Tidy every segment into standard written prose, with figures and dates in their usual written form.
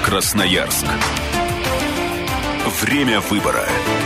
Красноярск. Время выбора.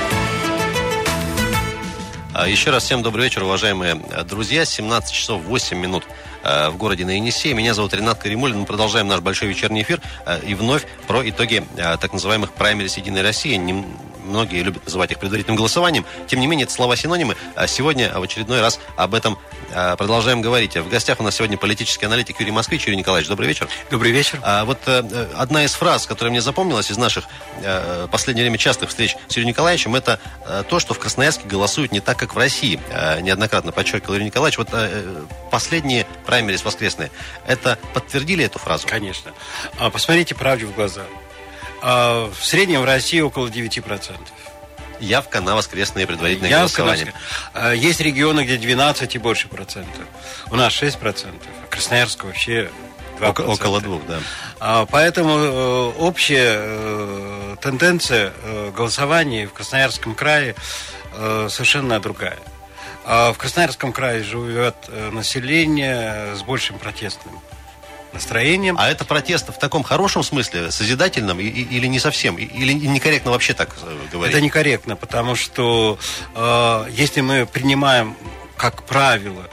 Еще раз всем добрый вечер, уважаемые друзья. 17 часов 8 минут в городе на Енисее. Меня зовут Ренат Каримуллин. Мы продолжаем наш большой вечерний эфир. И вновь про итоги так называемых праймериз «Единой России». Многие любят называть их предварительным голосованием. Тем не менее, это слова-синонимы. Сегодня в очередной раз об этом продолжаем говорить. В гостях у нас сегодня политический аналитик Юрий Москвич. Юрий Николаевич, добрый вечер. Добрый вечер. Вот одна из фраз, которая мне запомнилась из наших в последнее время частых встреч с Юрием Николаевичем, это то, что в Красноярске голосуют не так, как в России. Неоднократно подчеркивал Юрий Николаевич. Вот последние праймериз воскресные, это подтвердили эту фразу? Конечно. Посмотрите правде в глаза. В среднем в России около 9%. Явка на воскресные предварительные голосования. Есть регионы, где 12 и больше процентов. У нас 6%. А Красноярск вообще 2%. Около 2, да. Поэтому общая тенденция голосования в Красноярском крае совершенно другая. В Красноярском крае живет население с большим протестным настроением. А это протест в таком хорошем смысле, созидательном, или не совсем? Или некорректно вообще так говорить? Это некорректно, потому что если мы принимаем, как правило,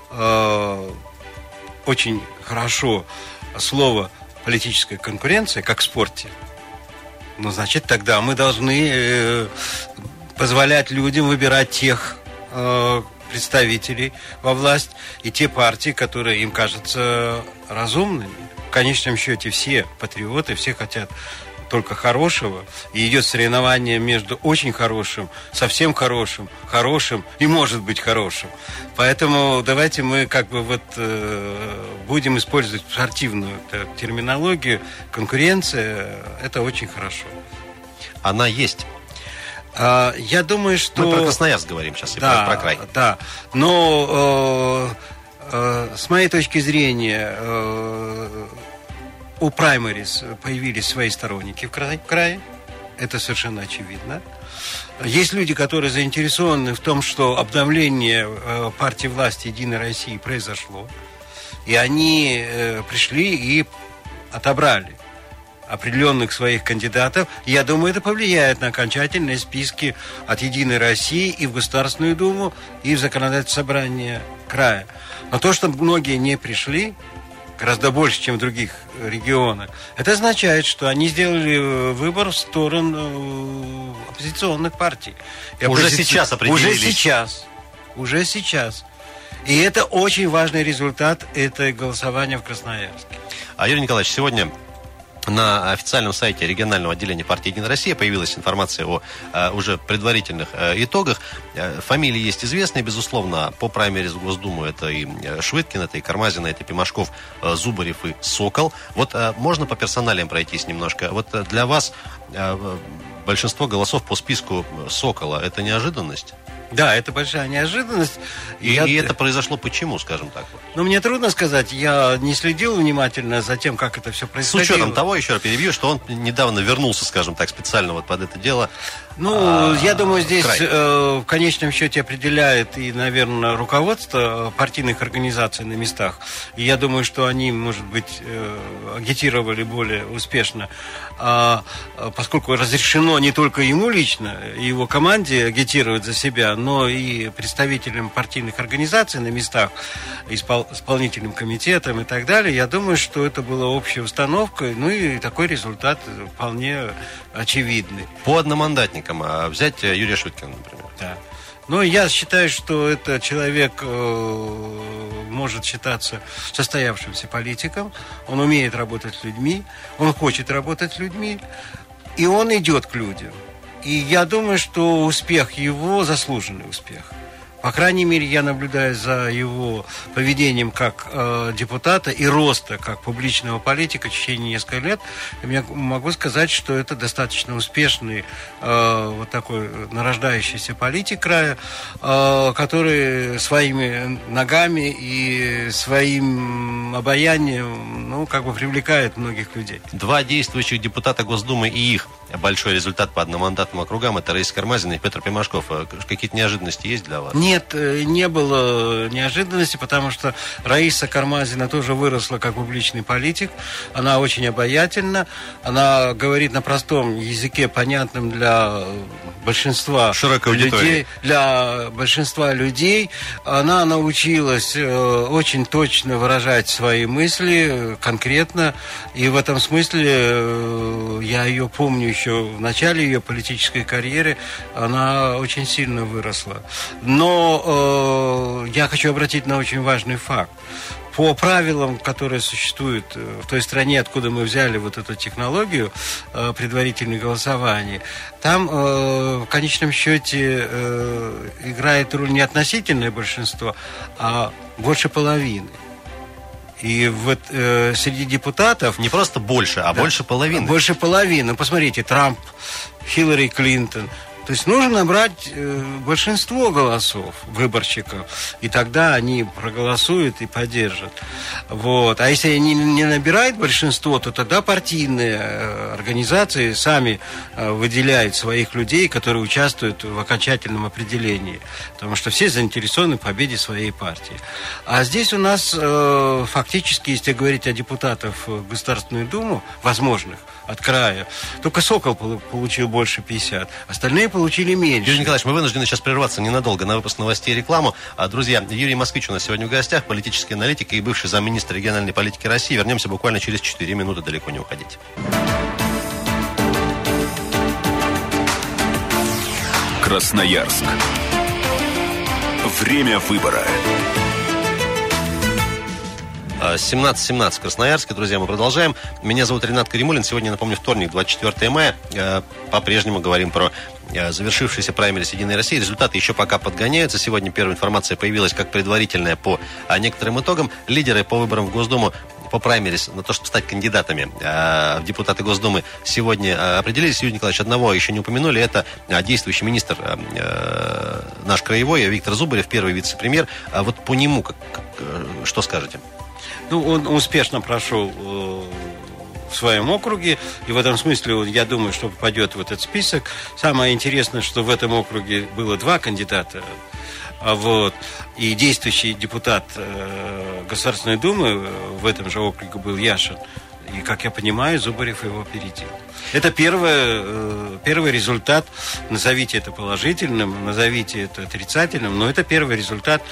очень хорошо слово «политическая конкуренция», как в спорте, ну, значит, тогда мы должны позволять людям выбирать тех представителей во власть и те партии, которые им кажутся разумными. В конечном счете все патриоты, все хотят только хорошего. И идет соревнование между очень хорошим, совсем хорошим, хорошим и может быть хорошим. Поэтому давайте мы будем использовать спортивную терминологию. Конкуренция – это очень хорошо. Она есть. Я думаю, что... Мы про Красноярск говорим сейчас, да, и про край. Да, но с моей точки зрения у праймериз появились свои сторонники в крае. Это совершенно очевидно. Есть люди, которые заинтересованы в том, что обновление партии власти «Единой России» произошло. И они пришли и отобрали определенных своих кандидатов. Я думаю, это повлияет на окончательные списки от «Единой России» и в Государственную Думу, и в Законодательное собрание края. Но то, что многие не пришли, гораздо больше, чем в других регионах, это означает, что они сделали выбор в сторону оппозиционных партий. Уже сейчас определились. Уже сейчас. И это очень важный результат этого голосования в Красноярске. Юрий Николаевич, сегодня на официальном сайте регионального отделения партии «Единая Россия» появилась информация о уже предварительных итогах. Фамилии есть известные, безусловно. По праймериз в Госдуму это и Швыдкин, это и Кармазина, это и Пимашков, Зубарев и Сокол. Вот можно по персоналиям пройтись немножко? Вот для вас большинство голосов по списку Сокола – это неожиданность? Да, это большая неожиданность. И это произошло почему, скажем так? Ну, мне трудно сказать. Я не следил внимательно за тем, как это все происходило. С учетом того, еще раз перебью, что он недавно вернулся, скажем так, специально вот под это дело. Ну, я думаю, здесь в конечном счете определяет и, наверное, руководство партийных организаций на местах. И я думаю, что они, может быть, агитировали более успешно, поскольку разрешено не только ему лично и его команде агитировать за себя, но и представителям партийных организаций на местах, исполнительным комитетам и так далее. Я думаю, что это была общая установка, ну и такой результат вполне очевидный. По одномандатникам взять Юрия Швыдкина, например. Да. Но я считаю, что этот человек может считаться состоявшимся политиком. Он умеет работать с людьми, он хочет работать с людьми, и он идет к людям. И я думаю, что успех его заслуженный успех. По крайней мере, я наблюдаю за его поведением как депутата и роста как публичного политика в течение нескольких лет. Я могу сказать, что это достаточно успешный вот такой нарождающийся политик края, который своими ногами и своим обаянием, ну, как бы привлекает многих людей. Два действующих депутата Госдумы и их большой результат по одномандатным округам. Это Раиса Кармазина и Петр Пимашков. Какие-то неожиданности есть для вас? Нет, не было неожиданности, потому что Раиса Кармазина тоже выросла как публичный политик. Она очень обаятельна. Она говорит на простом языке, понятном для большинства людей. Для большинства людей. Она научилась очень точно выражать свои мысли, конкретно. И в этом смысле я ее помню еще в начале ее политической карьеры. Она очень сильно выросла. Но я хочу обратить на очень важный факт. По правилам, которые существуют в той стране, откуда мы взяли вот эту технологию предварительных голосований, там в конечном счете играет роль не относительное большинство, а больше половины. И вот среди депутатов... Не просто больше, а больше половины. Больше половины. Посмотрите, Трамп, Хиллари Клинтон. То есть нужно набрать большинство голосов выборщиков, и тогда они проголосуют и поддержат. Вот. А если они не набирают большинство, то тогда партийные организации сами выделяют своих людей, которые участвуют в окончательном определении. Потому что все заинтересованы в победе своей партии. А здесь у нас фактически, если говорить о депутатах в Государственную Думу, возможных, от края, только Сокол получил больше 50, остальные получили меньше. Юрий Николаевич, мы вынуждены сейчас прерваться ненадолго на выпуск новостей и рекламу. Друзья, Юрий Москвич у нас сегодня в гостях, политический аналитик и бывший замминистра региональной политики России. Вернемся буквально через 4 минуты, далеко не уходите. Красноярск. Время выбора. 17:17 в Красноярске. Друзья, мы продолжаем. Меня зовут Ренат Каримулин. Сегодня, напомню, вторник, 24 мая. По-прежнему говорим про завершившийся праймерис «Единой России». Результаты еще пока подгоняются. Сегодня первая информация появилась как предварительная по некоторым итогам. Лидеры по выборам в Госдуму по праймерис на то, чтобы стать кандидатами в депутаты Госдумы, сегодня определились. Юрий Николаевич, одного еще не упомянули. Это действующий министр наш краевой Виктор Зубарев, первый вице-премьер. Вот по нему что скажете? Ну, он успешно прошел в своем округе, и в этом смысле я думаю, что попадет в этот список. Самое интересное, что в этом округе было 2 кандидата, вот, и действующий депутат Государственной Думы в этом же округе был Яшин. И, как я понимаю, Зубарев его опередил. Это первый результат, назовите это положительным, назовите это отрицательным, но это первый результат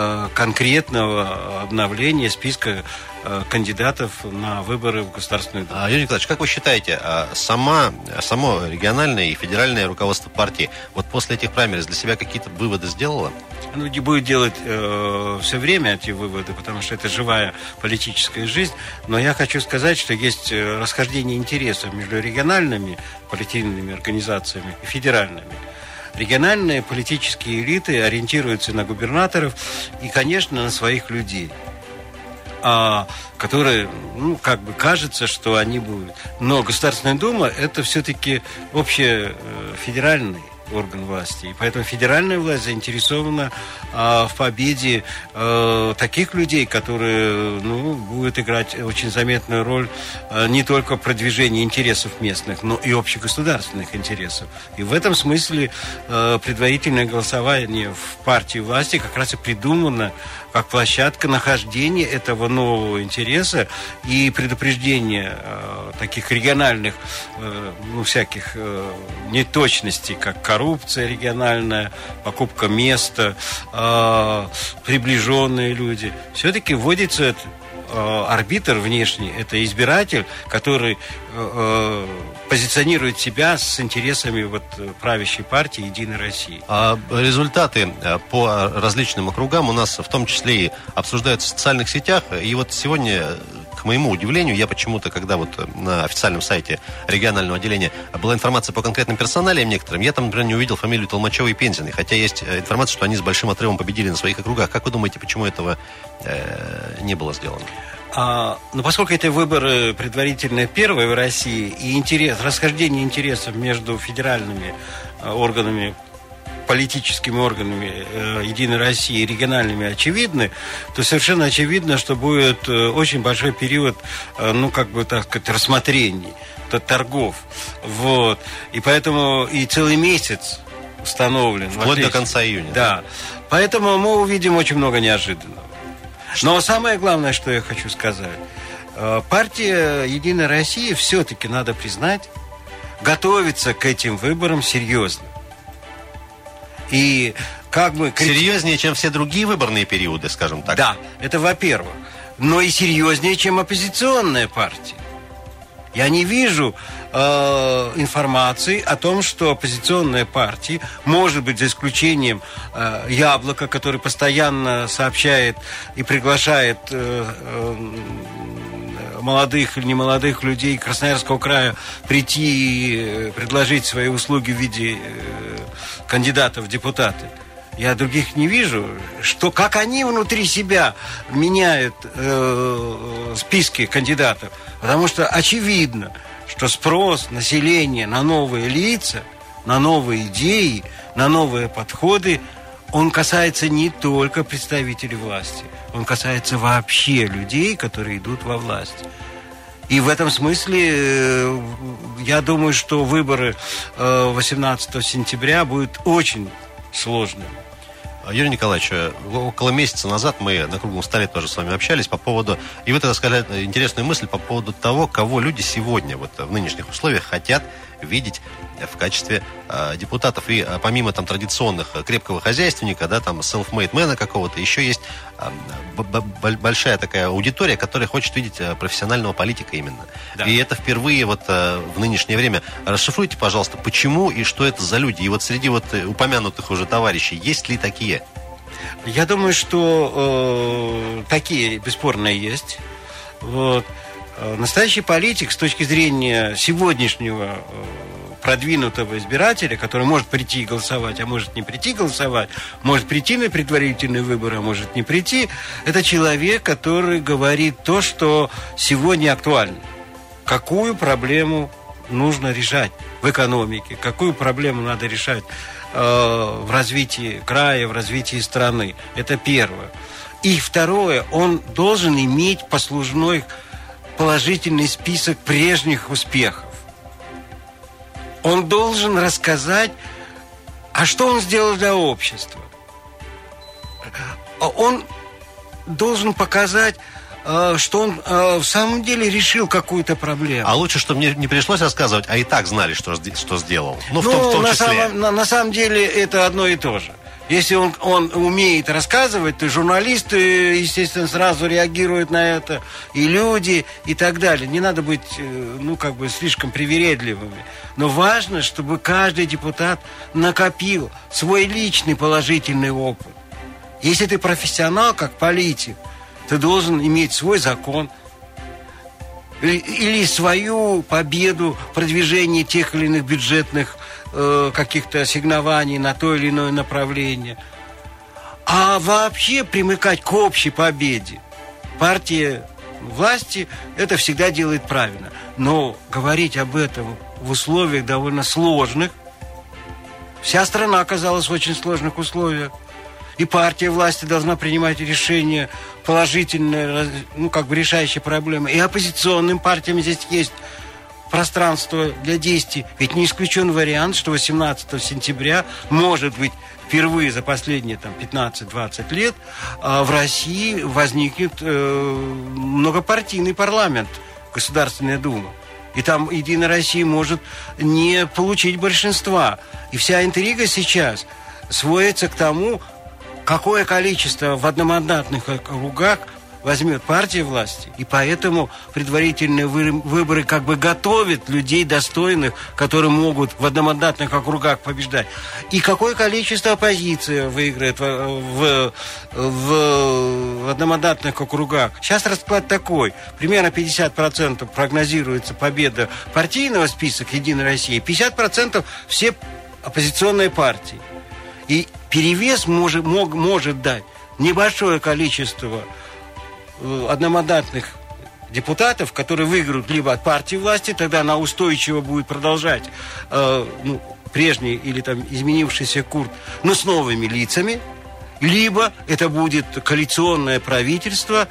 конкретного обновления списка кандидатов на выборы в Государственную Думу. Юрий Николаевич, как вы считаете, само региональное и федеральное руководство партии вот после этих праймериз для себя какие-то выводы сделало? Оно не будет делать все время эти выводы, потому что это живая политическая жизнь. Но я хочу сказать, что есть расхождение интересов между региональными партийными организациями и федеральными. Региональные политические элиты ориентируются на губернаторов и, конечно, на своих людей, которые, как бы кажется, что они будут. Но Государственная Дума – это все-таки общефедеральный орган власти. И поэтому федеральная власть заинтересована в победе таких людей, которые будут играть очень заметную роль не только в продвижении интересов местных, но и общегосударственных интересов. И в этом смысле предварительное голосование в партии власти как раз и придумано как площадка нахождения этого нового интереса и предупреждения таких региональных всяких неточностей, как коррупция региональная, покупка места, приближенные люди. Все-таки вводится арбитр внешний, это избиратель, который позиционирует себя с интересами правящей партии «Единой России». Результаты по различным округам у нас в том числе и обсуждаются в социальных сетях. И вот сегодня, к моему удивлению, я почему-то, когда на официальном сайте регионального отделения была информация по конкретным персоналиям некоторым, я там, например, не увидел фамилию Толмачева и Пензиной, хотя есть информация, что они с большим отрывом победили на своих округах. Как вы думаете, почему этого не было сделано? Поскольку это выборы предварительные первые в России, и расхождение интересов между федеральными органами политическими органами «Единой России» и региональными очевидны, то совершенно очевидно, что будет очень большой период, так сказать, рассмотрений, торгов. Вот. И поэтому и целый месяц установлен. Вплоть до конца июня. Да. Поэтому мы увидим очень много неожиданного. Но самое главное, что я хочу сказать, партия «Единая Россия» все-таки, надо признать, готовится к этим выборам серьезно. И как бы... Серьезнее, чем все другие выборные периоды, скажем так. Да, это во-первых. Но и серьезнее, чем оппозиционная партия. Я не вижу информации о том, что оппозиционная партия, может быть, за исключением «Яблока», который постоянно сообщает и приглашает молодых или немолодых людей Красноярского края прийти и предложить свои услуги в виде кандидатов в депутаты. Я других не вижу, как они внутри себя меняют списки кандидатов. Потому что очевидно, что спрос населения на новые лица, на новые идеи, на новые подходы, он касается не только представителей власти, он касается вообще людей, которые идут во власть. И в этом смысле я думаю, что выборы 18 сентября будут очень сложными. Юрий Николаевич, около месяца назад мы на круглом столе тоже с вами общались по поводу, и вы тогда сказали интересную мысль по поводу того, кого люди сегодня вот в нынешних условиях хотят видеть в качестве депутатов. И помимо там традиционных крепкого хозяйственника, да, там self-made man какого-то, еще есть большая такая аудитория, которая хочет видеть профессионального политика именно. Да. И это впервые вот в нынешнее время. Расшифруйте, пожалуйста, почему и что это за люди. И вот среди вот упомянутых уже товарищей есть ли такие? Я думаю, что такие бесспорно есть. Вот. Настоящий политик с точки зрения сегодняшнего продвинутого избирателя, который может прийти голосовать, а может не прийти голосовать, может прийти на предварительные выборы, а может не прийти, это человек, который говорит то, что сегодня актуально. Какую проблему нужно решать в экономике, какую проблему надо решать в развитии края, в развитии страны. Это первое. И второе, он должен иметь послужной положительный список прежних успехов. Он должен рассказать, а что он сделал для общества. Он должен показать, что он в самом деле решил какую-то проблему. А лучше, чтобы мне не пришлось рассказывать, а и так знали, что сделал. Ну, в том числе. На самом деле это одно и то же. Если он умеет рассказывать, то журналисты, естественно, сразу реагируют на это, и люди, и так далее. Не надо быть, слишком привередливыми. Но важно, чтобы каждый депутат накопил свой личный положительный опыт. Если ты профессионал, как политик, ты должен иметь свой закон или свою победу в продвижении тех или иных бюджетных каких-то ассигнований на то или иное направление. А вообще примыкать к общей победе. Партия власти это всегда делает правильно. Но говорить об этом в условиях довольно сложных. Вся страна оказалась в очень сложных условиях. И партия власти должна принимать решения положительные, решающие проблемы. И оппозиционным партиям здесь есть пространство для действий. Ведь не исключен вариант, что 18 сентября, может быть, впервые за последние 15-20 лет в России возникнет многопартийный парламент, Государственная Дума. И там Единая Россия может не получить большинства. И вся интрига сейчас сводится к тому, какое количество в одномандатных округах возьмет партия власти, и поэтому предварительные выборы готовят людей достойных, которые могут в одномандатных округах побеждать. И какое количество оппозиции выиграет в одномандатных округах. Сейчас расклад такой. Примерно 50% прогнозируется победа партийного списка «Единой России», 50% все оппозиционные партии. И перевес может дать небольшое количество одномандатных депутатов, которые выиграют либо от партии власти, тогда она устойчиво будет продолжать прежний или там изменившийся курс, но с новыми лицами, либо это будет коалиционное правительство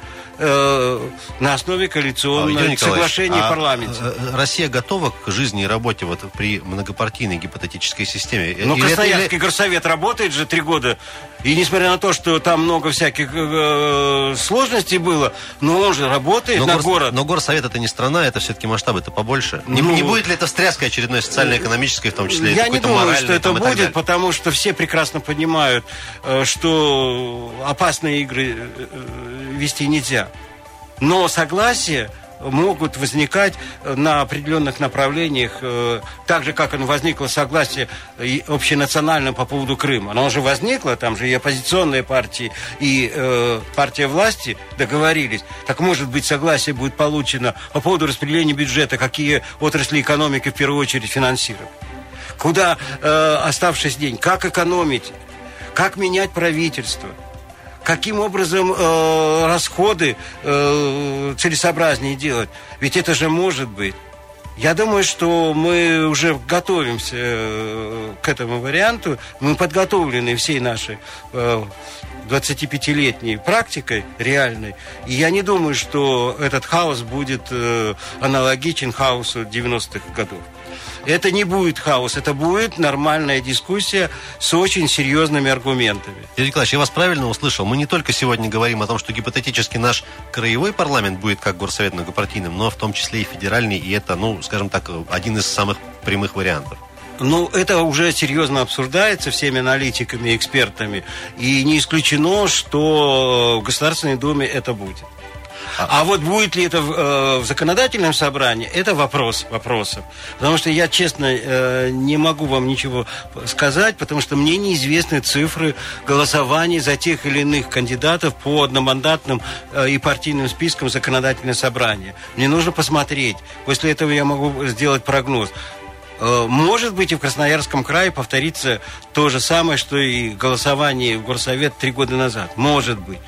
на основе коалиционного соглашения в парламенте. Россия готова к жизни и работе вот при многопартийной гипотетической системе? Но Красноярский горсовет работает же 3 года. И несмотря на то, что там много всяких сложностей было, но он же работает на город. Но горсовет это не страна, это все-таки масштабы-то побольше. Не будет ли это встряской очередной социально-экономической, в том числе? Я не думаю, что это будет, потому что все прекрасно понимают, что опасные игры вести нельзя. Но согласие могут возникать на определенных направлениях, так же, как оно возникло согласие общенациональное по поводу Крыма. Оно уже возникло, там же и оппозиционные партии, и партия власти договорились. Так, может быть, согласие будет получено по поводу распределения бюджета, какие отрасли экономики в первую очередь финансировать. Куда оставшийся день, как экономить, как менять правительство. Каким образом расходы целесообразнее делать? Ведь это же может быть. Я думаю, что мы уже готовимся к этому варианту. Мы подготовлены всей нашей 25-летней практикой реальной. И я не думаю, что этот хаос будет аналогичен хаосу 90-х годов. Это не будет хаос, это будет нормальная дискуссия с очень серьезными аргументами. Юрий Николаевич, я вас правильно услышал. Мы не только сегодня говорим о том, что гипотетически наш краевой парламент будет как горсовет многопартийным, но в том числе и федеральный, и это, скажем так, один из самых прямых вариантов. Это уже серьезно обсуждается всеми аналитиками и экспертами, и не исключено, что в Государственной Думе это будет. А вот будет ли это в законодательном собрании, это вопрос вопросов. Потому что я, честно, не могу вам ничего сказать, потому что мне неизвестны цифры голосований за тех или иных кандидатов по одномандатным и партийным спискам в законодательное собрание. Мне нужно посмотреть. После этого я могу сделать прогноз. Может быть, и в Красноярском крае повторится то же самое, что и голосование в Горсовет 3 года назад. Может быть.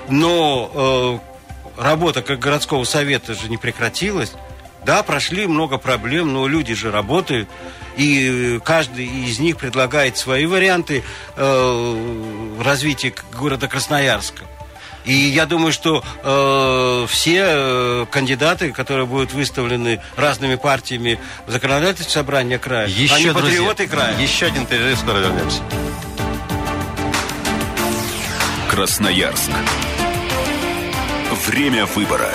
Но работа как городского совета же не прекратилась. Да, прошли много проблем, но люди же работают. И каждый из них предлагает свои варианты развития города Красноярска. И я думаю, что все кандидаты, которые будут выставлены разными партиями в законодательное собрание края, они патриоты края. Еще один перерыв, скоро вернемся. Красноярск. Время выбора.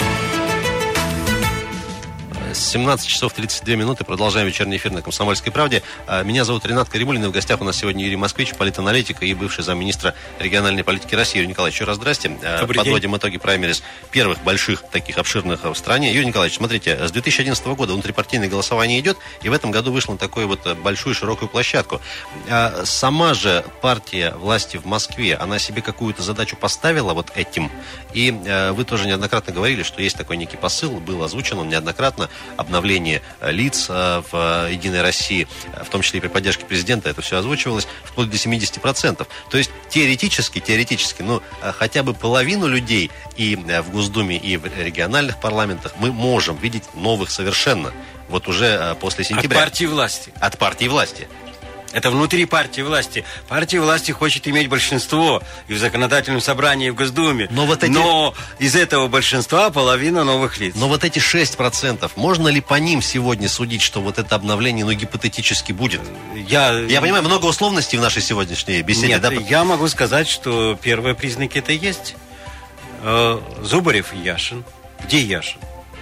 17 часов 32 минуты. Продолжаем вечерний эфир на «Комсомольской правде». Меня зовут Ренат Каримулин. И в гостях у нас сегодня Юрий Москвич, политаналитик и бывший замминистра региональной политики России. Юрий Николаевич, еще раз здрасте. Подводим итоги праймериз первых больших, таких обширных в стране. Юрий Николаевич, смотрите, с 2011 года внутрипартийное голосование идет, и в этом году вышло на такую вот большую широкую площадку. Сама же партия власти в Москве, она себе какую-то задачу поставила вот этим. И вы тоже неоднократно говорили, что есть такой некий посыл, был озвучен он неоднократно, обновление лиц в «Единой России», в том числе и при поддержке президента, это все озвучивалось, вплоть до 70%. То есть теоретически, хотя бы половину людей и в Госдуме, и в региональных парламентах мы можем видеть новых совершенно. Вот уже после сентября. От партии власти. От партии власти. Это внутри партии власти. Партия власти хочет иметь большинство и в законодательном собрании, и в Госдуме. Но из этого большинства половина новых лиц. Но вот эти 6%, можно ли по ним сегодня судить, что вот это обновление, гипотетически будет? Я понимаю, много условностей в нашей сегодняшней беседе. Нет, я могу сказать, что первые признаки это есть. Зубарев и Яшин. Где Яшин?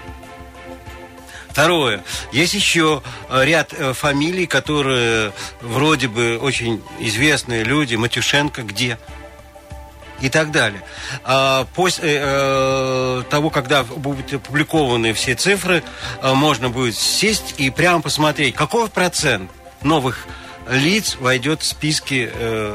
Второе. Есть еще ряд фамилий, которые вроде бы очень известные люди. Матюшенко где? И так далее. После того, когда будут опубликованы все цифры, можно будет сесть и прямо посмотреть, какой процент новых лиц войдет в списки,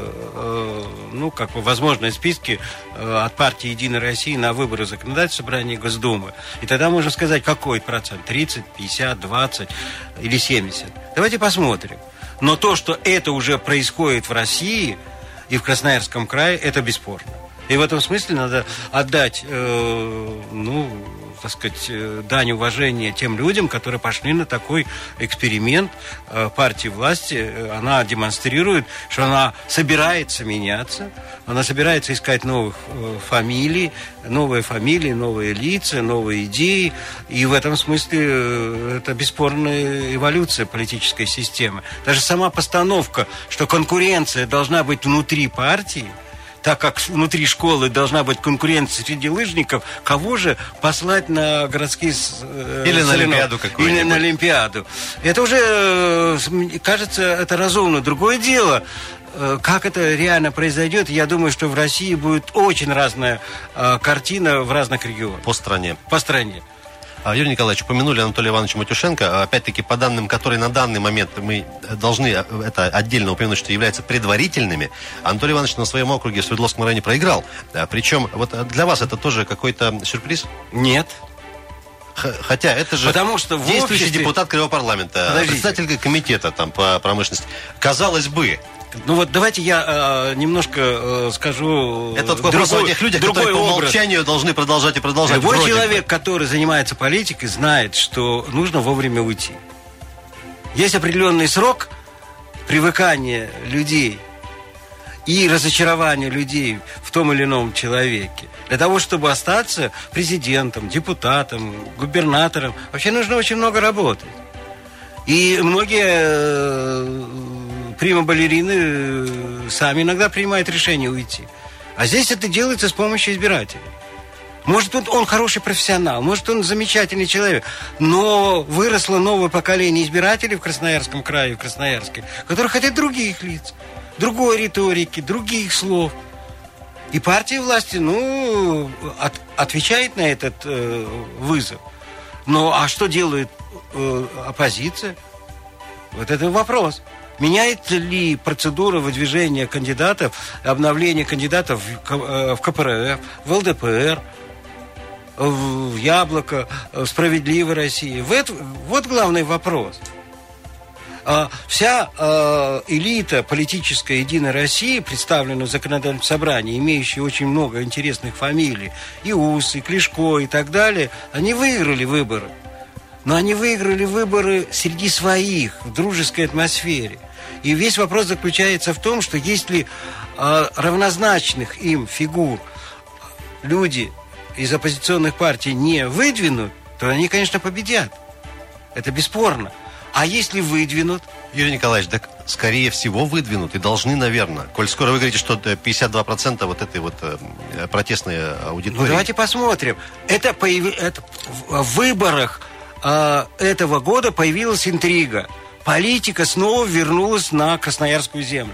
возможные списки от партии «Единая Россия» на выборы законодательного собрания и Госдумы. И тогда можно сказать, какой процент? 30, 50, 20 или 70. Давайте посмотрим. Но то, что это уже происходит в России и в Красноярском крае, это бесспорно. И в этом смысле надо отдать так сказать, дань уважения тем людям, которые пошли на такой эксперимент. Партии власти, она демонстрирует, что она собирается меняться, она собирается искать новых фамилий, новые лица, новые идеи. И в этом смысле это бесспорная эволюция политической системы. Даже сама постановка, что конкуренция должна быть внутри партии, так как внутри школы должна быть конкуренция среди лыжников, кого же послать на городские или на Олимпиаду какую-нибудь. Или на Олимпиаду. Это уже, кажется, это разумно. Другое дело, как это реально произойдет, я думаю, что в России будет очень разная картина в разных регионах. По стране. Юрий Николаевич, упомянули Анатолия Ивановича Матюшенко. Опять-таки, по данным, которые на данный момент мы должны это отдельно упомянуть, что являются предварительными, Анатолий Иванович на своем округе в Свердловском районе проиграл. Причем, вот для вас это тоже какой-то сюрприз? Нет. Хотя это же потому что действующий депутат Краевого парламента, председатель комитета там, по промышленности. Казалось бы. Ну вот давайте я немножко скажу. Это вопрос о тех людях, которые по умолчанию должны продолжать и продолжать. Любой человек, который занимается политикой, знает, что нужно вовремя уйти. Есть определенный срок привыкания людей и разочарования людей в том или ином человеке. Для того, чтобы остаться президентом, депутатом, губернатором, вообще нужно очень много работать. И многие прима-балерины сами иногда принимают решение уйти. А здесь это делается с помощью избирателей. Может, он хороший профессионал, может, он замечательный человек, но выросло новое поколение избирателей в Красноярском крае, в Красноярске, которые хотят других лиц, другой риторики, других слов. И партия власти, отвечает на этот вызов. Ну, а что делает оппозиция? Вот это вопрос. Меняется ли процедура выдвижения кандидатов, обновления кандидатов в КПРФ, в ЛДПР, в Яблоко, в Справедливой России? Вот главный вопрос. Вся элита политическая «Единой России», представленная в законодательном собрании, имеющая очень много интересных фамилий, и Ус, и Клишко, и так далее, они выиграли выборы. Но они выиграли выборы среди своих, в дружеской атмосфере. И весь вопрос заключается в том, что если равнозначных им фигур люди из оппозиционных партий не выдвинут, то они, конечно, победят. Это бесспорно. А если выдвинут? Юрий Николаевич, так скорее всего выдвинут и должны, наверное. Коль скоро вы говорите, что 52% вот этой вот протестной аудитории. Ну, давайте посмотрим. В выборах этого года появилась интрига. Политика снова вернулась на Красноярскую землю.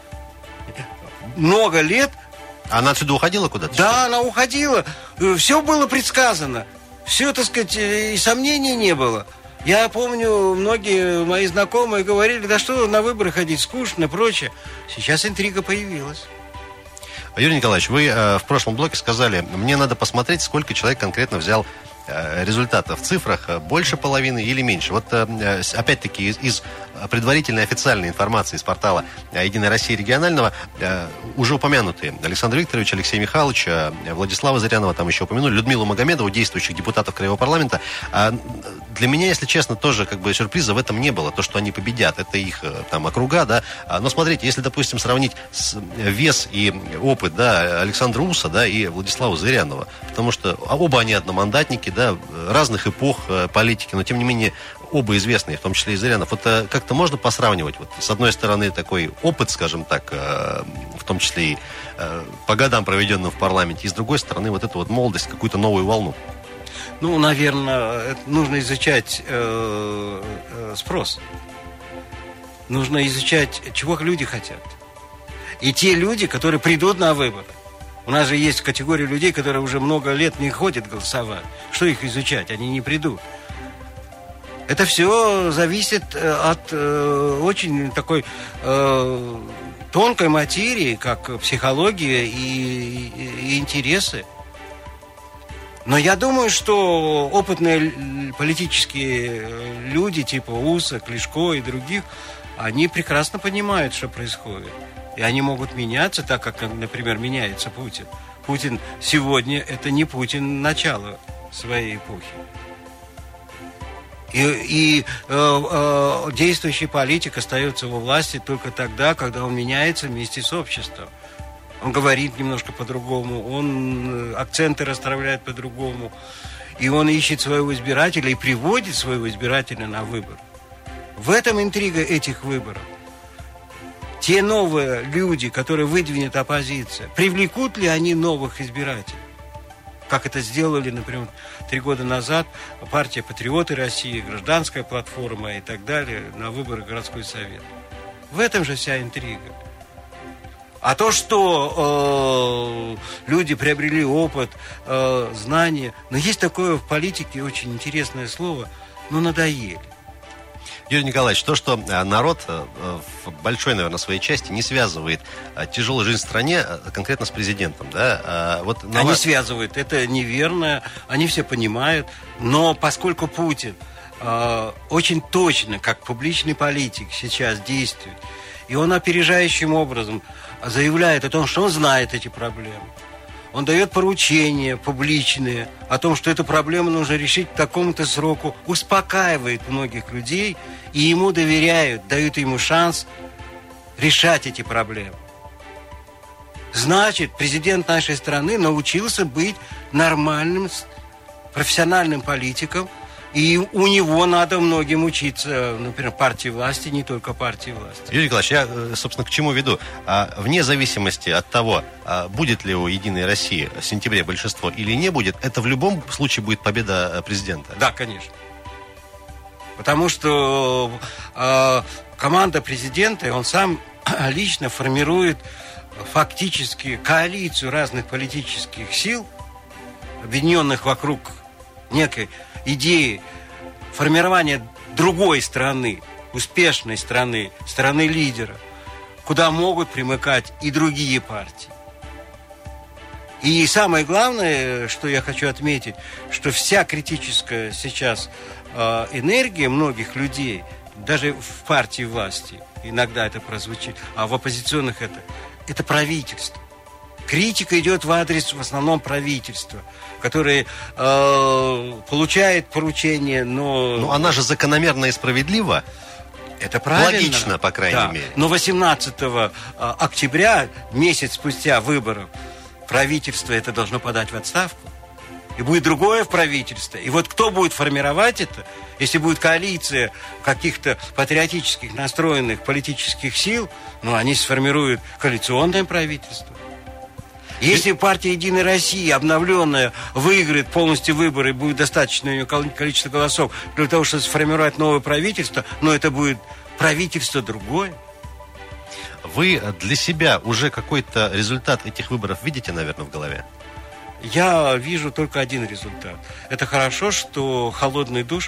Много лет. Она отсюда уходила куда-то? Да, она уходила. Все было предсказано. Все, так сказать, и сомнений не было. Я помню, многие мои знакомые говорили, да что на выборы ходить, скучно и прочее. Сейчас интрига появилась. Юрий Николаевич, вы в прошлом блоке сказали, мне надо посмотреть, сколько человек конкретно взял результатов в цифрах, больше половины или меньше. Вот опять-таки из предварительной официальной информации из портала «Единая Россия» регионального уже упомянутые Александр Викторович, Алексей Михайлович, Владислава Зырянова, там еще упомянули, Людмилу Магомедову, действующих депутатов Краевого парламента. Для меня, если честно, тоже как бы сюрприза в этом не было. То, что они победят, это их там округа, да. Но смотрите, если, допустим, сравнить вес и опыт, да, Александра Уса, да, и Владислава Зырянова, потому что оба они одномандатники, да, разных эпох политики, но тем не менее оба известные, в том числе и Зырянов. Вот как-то можно посравнивать? Вот, с одной стороны, такой опыт, скажем так, в том числе и по годам, проведенным в парламенте, и с другой стороны, вот эту вот молодость, какую-то новую волну. Ну, наверное, нужно изучать спрос. Нужно изучать, чего люди хотят. И те люди, которые придут на выборы. У нас же есть категория людей, которые уже много лет не ходят голосовать. Что их изучать? Они не придут. Это все зависит от очень такой тонкой материи, как психология и интересы. Но я думаю, что опытные политические люди, типа Уса, Клишко и других, они прекрасно понимают, что происходит. И они могут меняться, так как, например, меняется Путин. Путин сегодня – это не Путин начала своей эпохи. И действующий политик остается во власти только тогда, когда он меняется вместе с обществом. Он говорит немножко по-другому, он акценты расставляет по-другому, и он ищет своего избирателя и приводит своего избирателя на выбор. В этом интрига этих выборов. Те новые люди, которые выдвинет оппозиция, привлекут ли они новых избирателей? Как это сделали, например, 3 года назад партия «Патриоты России», гражданская платформа и так далее на выборы в городской совет. В этом же вся интрига. А то, что люди приобрели опыт, знания, но есть такое в политике очень интересное слово, надоели. Юрий Николаевич, то, что народ в большой, наверное, своей части не связывает тяжелую жизнь в стране конкретно с президентом, да? Они связывают, это неверно, они все понимают, но поскольку Путин очень точно, как публичный политик сейчас действует, и он опережающим образом заявляет о том, что он знает эти проблемы, он дает поручения публичные о том, что эту проблему нужно решить к такому-то сроку, успокаивает многих людей, и ему доверяют, дают ему шанс решать эти проблемы. Значит, президент нашей страны научился быть нормальным, профессиональным политиком, и у него надо многим учиться, например, партии власти, не только партии власти. Юрий Николаевич, я, собственно, к чему веду? Вне зависимости от того, будет ли у «Единой России» в сентябре большинство или не будет, это в любом случае будет победа президента? Да, конечно. Потому что команда президента, он сам лично формирует фактически коалицию разных политических сил, объединенных вокруг некой идеи формирования другой страны, успешной страны, страны лидера, куда могут примыкать и другие партии. И самое главное, что я хочу отметить, что вся критическая сейчас энергия многих людей, даже в партии власти, иногда это прозвучит, а в оппозиционных это правительство. Критика идет в адрес в основном правительства, которое получает поручения, но... Ну, она же закономерна и справедлива. Это правильно. Логично, по крайней мере. Но 18 октября, месяц спустя выборов, правительство это должно подать в отставку. И будет другое в правительстве. И вот кто будет формировать это, если будет коалиция каких-то патриотических настроенных политических сил, они сформируют коалиционное правительство. Если партия «Единая Россия», обновленная, выиграет полностью выборы, и будет достаточно у нее количество голосов для того, чтобы сформировать новое правительство, но это будет правительство другое. Вы для себя уже какой-то результат этих выборов видите, наверное, в голове? Я вижу только один результат. Это хорошо, что холодный душ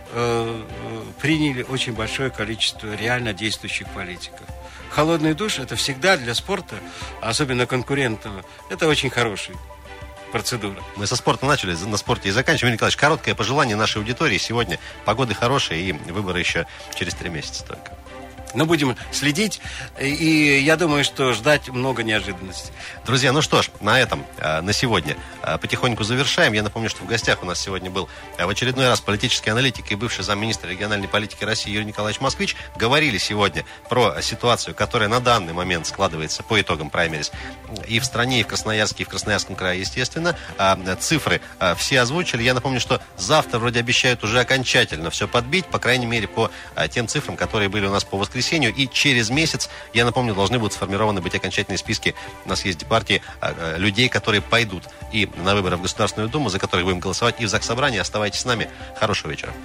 приняли очень большое количество реально действующих политиков. Холодный душ – это всегда для спорта, особенно конкурентного, это очень хорошая процедура. Мы со спорта начали, на спорте и заканчиваем. Юрий Николаевич, короткое пожелание нашей аудитории. Сегодня погода хорошая и выборы еще через 3 месяца только. Но будем следить, и я думаю, что ждать много неожиданностей. Друзья, ну что ж, на этом, на сегодня потихоньку завершаем. Я напомню, что в гостях у нас сегодня был в очередной раз политический аналитик и бывший замминистра региональной политики России Юрий Николаевич Москвич. Говорили сегодня про ситуацию, которая на данный момент складывается по итогам праймериз и в стране, и в Красноярске, и в Красноярском крае, естественно. Цифры все озвучили. Я напомню, что завтра вроде обещают уже окончательно все подбить, по крайней мере, по тем цифрам, которые были у нас по воскресенью. И через месяц, я напомню, должны будут сформированы быть окончательные списки на съезде партии людей, которые пойдут и на выборы в Государственную Думу, за которых будем голосовать, и в Заксобрании. Оставайтесь с нами. Хорошего вечера.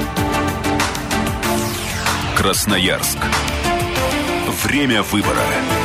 Красноярск. Время выбора.